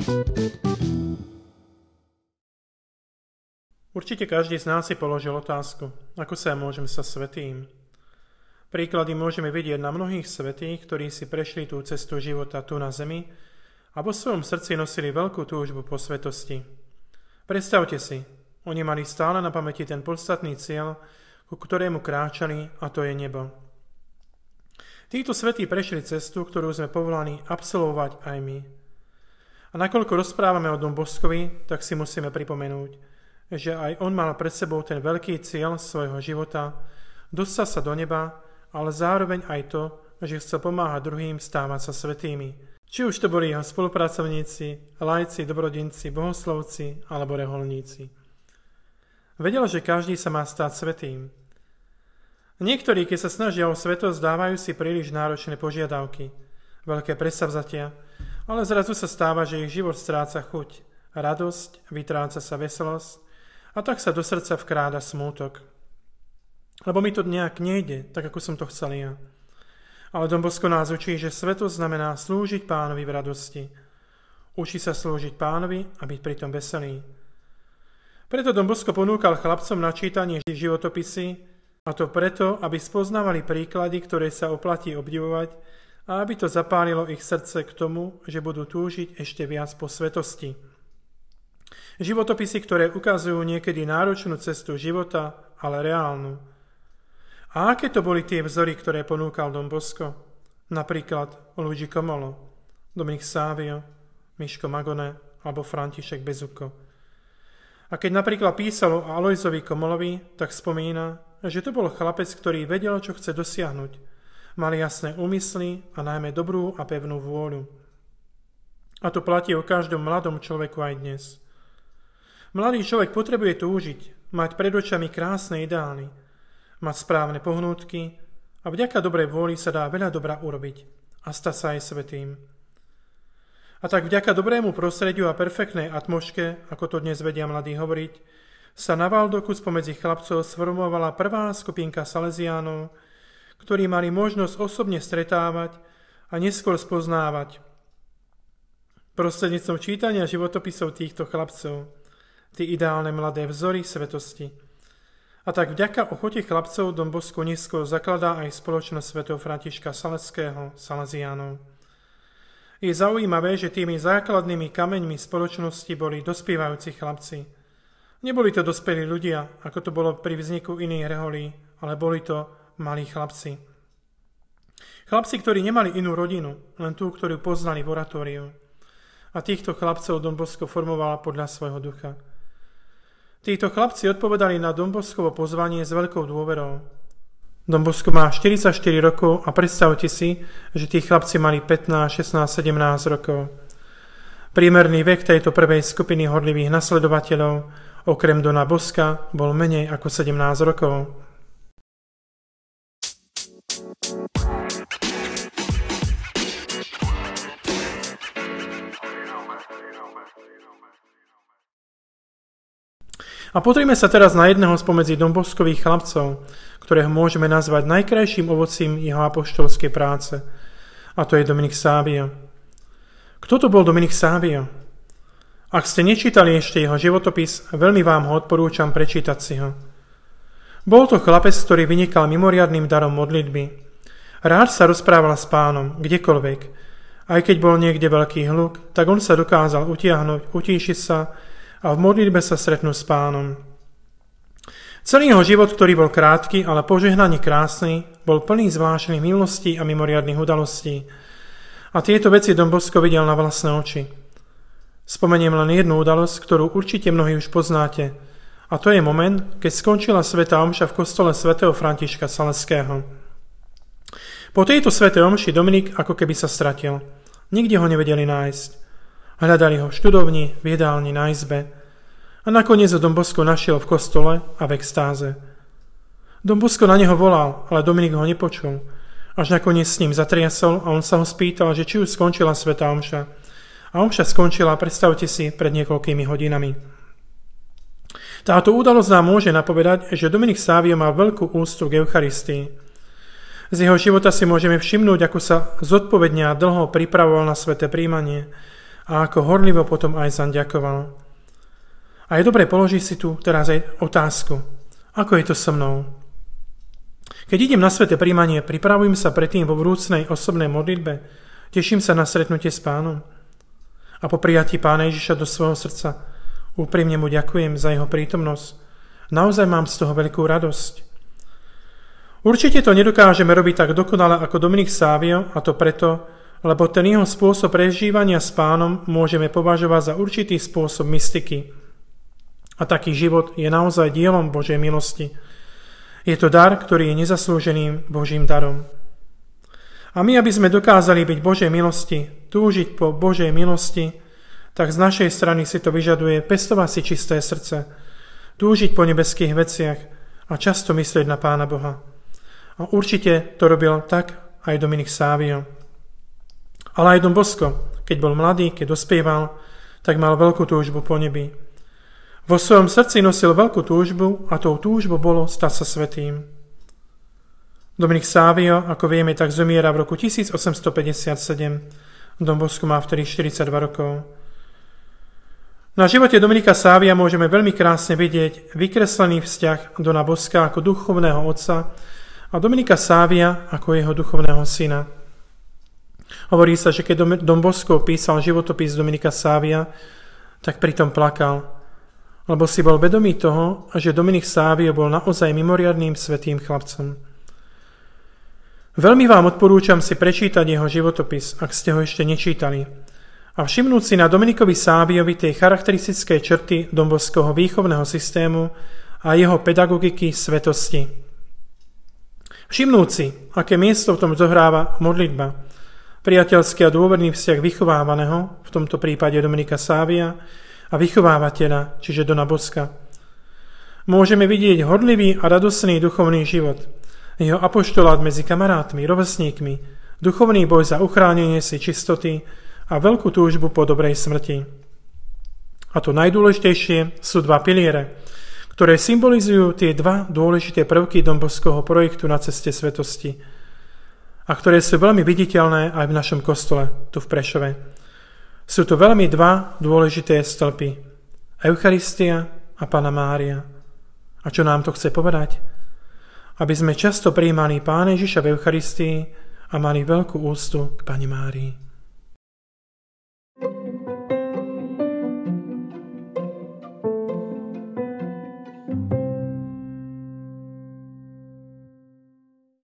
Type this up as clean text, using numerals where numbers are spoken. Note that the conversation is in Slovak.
Určite každý z nás si položil otázku, ako sa môžem stať svätým. Príklady môžeme vidieť na mnohých svätých, ktorí si prešli tú cestu života tu na zemi a vo svojom srdci nosili veľkú túžbu po svetosti. Predstavte si, oni mali stále na pamäti ten podstatný cieľ, ku ktorému kráčali, a to je nebo. Títo svätí prešli cestu, ktorú sme povolaní absolvovať aj my. A nakoľko rozprávame o Dom Boscovi, tak si musíme pripomenúť, že aj on mal pred sebou ten veľký cieľ svojho života, dostať sa do neba, ale zároveň aj to, že chcel pomáhať druhým stávať sa svätými. Či už to boli jeho spolupracovníci, laici, dobrodinci, bohoslovci alebo reholníci. Vedel, že každý sa má stať svätým. Niektorí, keď sa snažia o svätosť, dávajú si príliš náročné požiadavky, veľké predsavzatia, ale zrazu sa stáva, že ich život stráca chuť, radosť, vytráca sa veselosť a tak sa do srdca vkráda smútok. Lebo mi to nejak nejde, tak ako som to chcel ja. Ale Dom Bosco nás učí, že svätosť znamená slúžiť Pánovi v radosti. Učí sa slúžiť Pánovi a byť pritom veselý. Preto Dom Bosco ponúkal chlapcom na čítanie životopisy, a to preto, aby spoznávali príklady, ktoré sa oplatí obdivovať a aby to zapálilo ich srdce k tomu, že budú túžiť ešte viac po svetosti. Životopisy, ktoré ukazujú niekedy náročnú cestu života, ale reálnu. A aké to boli tie vzory, ktoré ponúkal Dom Bosco? Napríklad Luigi Comolo, Dominik Savio, Miško Magone alebo František Bezuko. A keď napríklad písal o Alojzovi Comolovi, tak spomína, že to bol chlapec, ktorý vedel, čo chce dosiahnuť. Mal jasné úmysly a najmä dobrú a pevnú vôľu. A to platí o každom mladom človeku aj dnes. Mladý človek potrebuje túžiť, mať pred očami krásne ideály, mať správne pohnútky a vďaka dobrej vôli sa dá veľa dobra urobiť a stať sa aj svätým. A tak vďaka dobrému prostrediu a perfektnej atmoške, ako to dnes vedia mladí hovoriť, sa na Valdoku spomedzi chlapcov sformovala prvá skupinka Salesiánov, ktorí mali možnosť osobne stretávať a neskôr spoznávať prostredníctvom čítania životopisov týchto chlapcov, tie ideálne mladé vzory svetosti. A tak vďaka ochote chlapcov Dom Bosco neskôr zakladá aj spoločnosť svätého Františka Saleského, Salesiánov. Je zaujímavé, že tými základnými kameňmi spoločnosti boli dospievajúci chlapci. Neboli to dospelí ľudia, ako to bolo pri vzniku iných reholí, ale boli to malí chlapci. Chlapci, ktorí nemali inú rodinu, len tú, ktorú poznali v oratóriu. A týchto chlapcov Dom Bosco formoval podľa svojho ducha. Títo chlapci odpovedali na Dom Boscovo pozvanie s veľkou dôverou. Dom Bosco má 44 rokov a predstavte si, že tí chlapci mali 15, 16, 17 rokov. Priemerný vek tejto prvej skupiny horlivých nasledovateľov, okrem Dona Bosca, bol menej ako 17 rokov. A pozrime sa teraz na jedného spomedzi Dom Boscových chlapcov, ktorého môžeme nazvať najkrajším ovocím jeho apoštolskej práce. A to je Dominik Savio. Kto to bol Dominik Savio? Ak ste nečítali ešte jeho životopis, veľmi vám ho odporúčam prečítať si ho. Bol to chlapec, ktorý vynikal mimoriadnym darom modlitby. Rád sa rozprával s Pánom, kdekoľvek. Aj keď bol niekde veľký hluk, tak on sa dokázal utiahnuť, utíšiť sa a v modlitbe sa stretnú s Pánom. Celý jeho život, ktorý bol krátky, ale požehnane krásny, bol plný zvláštnych milostí a mimoriadnych udalostí. A tieto veci Dom Bosco videl na vlastné oči. Spomeniem len jednu udalosť, ktorú určite mnohí už poznáte. A to je moment, keď skončila svätá omša v kostole svätého Františka Saleského. Po tejto svätej omši Dominik ako keby sa stratil. Nikde ho nevedeli nájsť. Hľadali ho v študovni, v jedálni, na izbe. A nakoniec ho Dom Bosco našiel v kostole a v extáze. Dom Bosco na neho volal, ale Dominik ho nepočul. Až nakoniec s ním zatriasol a on sa ho spýtal, že či už skončila svätá omša. A omša skončila, predstavte si, pred niekoľkými hodinami. Táto udalosť nám môže napovedať, že Dominik Savio má veľkú úctu k Eucharistii. Z jeho života si môžeme všimnúť, ako sa zodpovedne a dlho pripravoval na sväté prijímanie a ako horlivo potom aj zaň ďakoval. A je dobre položiť si tu teraz aj otázku. Ako je to so mnou? Keď idem na sväté príjmanie, pripravujem sa predtým vo vrúcnej osobnej modlitbe, teším sa na stretnutie s Pánom. A po prijatí Pána Ježiša do svojho srdca úprimne mu ďakujem za jeho prítomnosť. Naozaj mám z toho veľkú radosť. Určite to nedokážeme robiť tak dokonale ako Dominik Savio, a to preto, lebo ten jeho spôsob prežívania s Pánom môžeme považovať za určitý spôsob mystiky. A taký život je naozaj dielom Božej milosti. Je to dar, ktorý je nezaslúženým Božím darom. A my, aby sme dokázali byť Božej milosti, túžiť po Božej milosti, tak z našej strany si to vyžaduje pestovať si čisté srdce, túžiť po nebeských veciach a často myslieť na Pána Boha. A určite to robil tak aj Dominik Savio. Ale aj Don Bosco, keď bol mladý, keď dospieval, tak mal veľkú túžbu po nebi. Vo svojom srdci nosil veľkú túžbu a tou túžbou bolo stať sa svätým. Dominik Savio, ako vieme, tak zomiera v roku 1857. Don Bosco má vtedy 42 rokov. Na živote Dominika Savia môžeme veľmi krásne vidieť vykreslený vzťah Dona Bosca ako duchovného otca a Dominika Savia ako jeho duchovného syna. Hovorí sa, že keď Don Bosco písal životopis Dominika Savia, tak pritom plakal, lebo si bol vedomý toho, že Dominik Savio bol naozaj mimoriadnym svätým chlapcom. Veľmi vám odporúčam si prečítať jeho životopis, ak ste ho ešte nečítali, a všimnúť si na Dominikovi Saviovi tie charakteristické črty Don Boscovho výchovného systému a jeho pedagogiky svetosti. Všimnúť si, aké miesto v tom zohráva modlitba, priateľský a dôverný vzťah vychovávaného, v tomto prípade Dominika Savia, a vychovávateľa, čiže Dona Bosca. Môžeme vidieť horlivý a radosný duchovný život, jeho apoštolát medzi kamarátmi, rovesníkmi, duchovný boj za uchránenie si čistoty a veľkú túžbu po dobrej smrti. A to najdôležitejšie sú dva piliere, ktoré symbolizujú tie dva dôležité prvky Don Boscovho projektu na ceste svetosti a ktoré sú veľmi viditeľné aj v našom kostole, tu v Prešove. Sú to veľmi dva dôležité stĺpy. Eucharistia a Panna Mária. A čo nám to chce povedať? Aby sme často prijímali Pána Ježiša v Eucharistii a mali veľkú úctu k Panne Márii.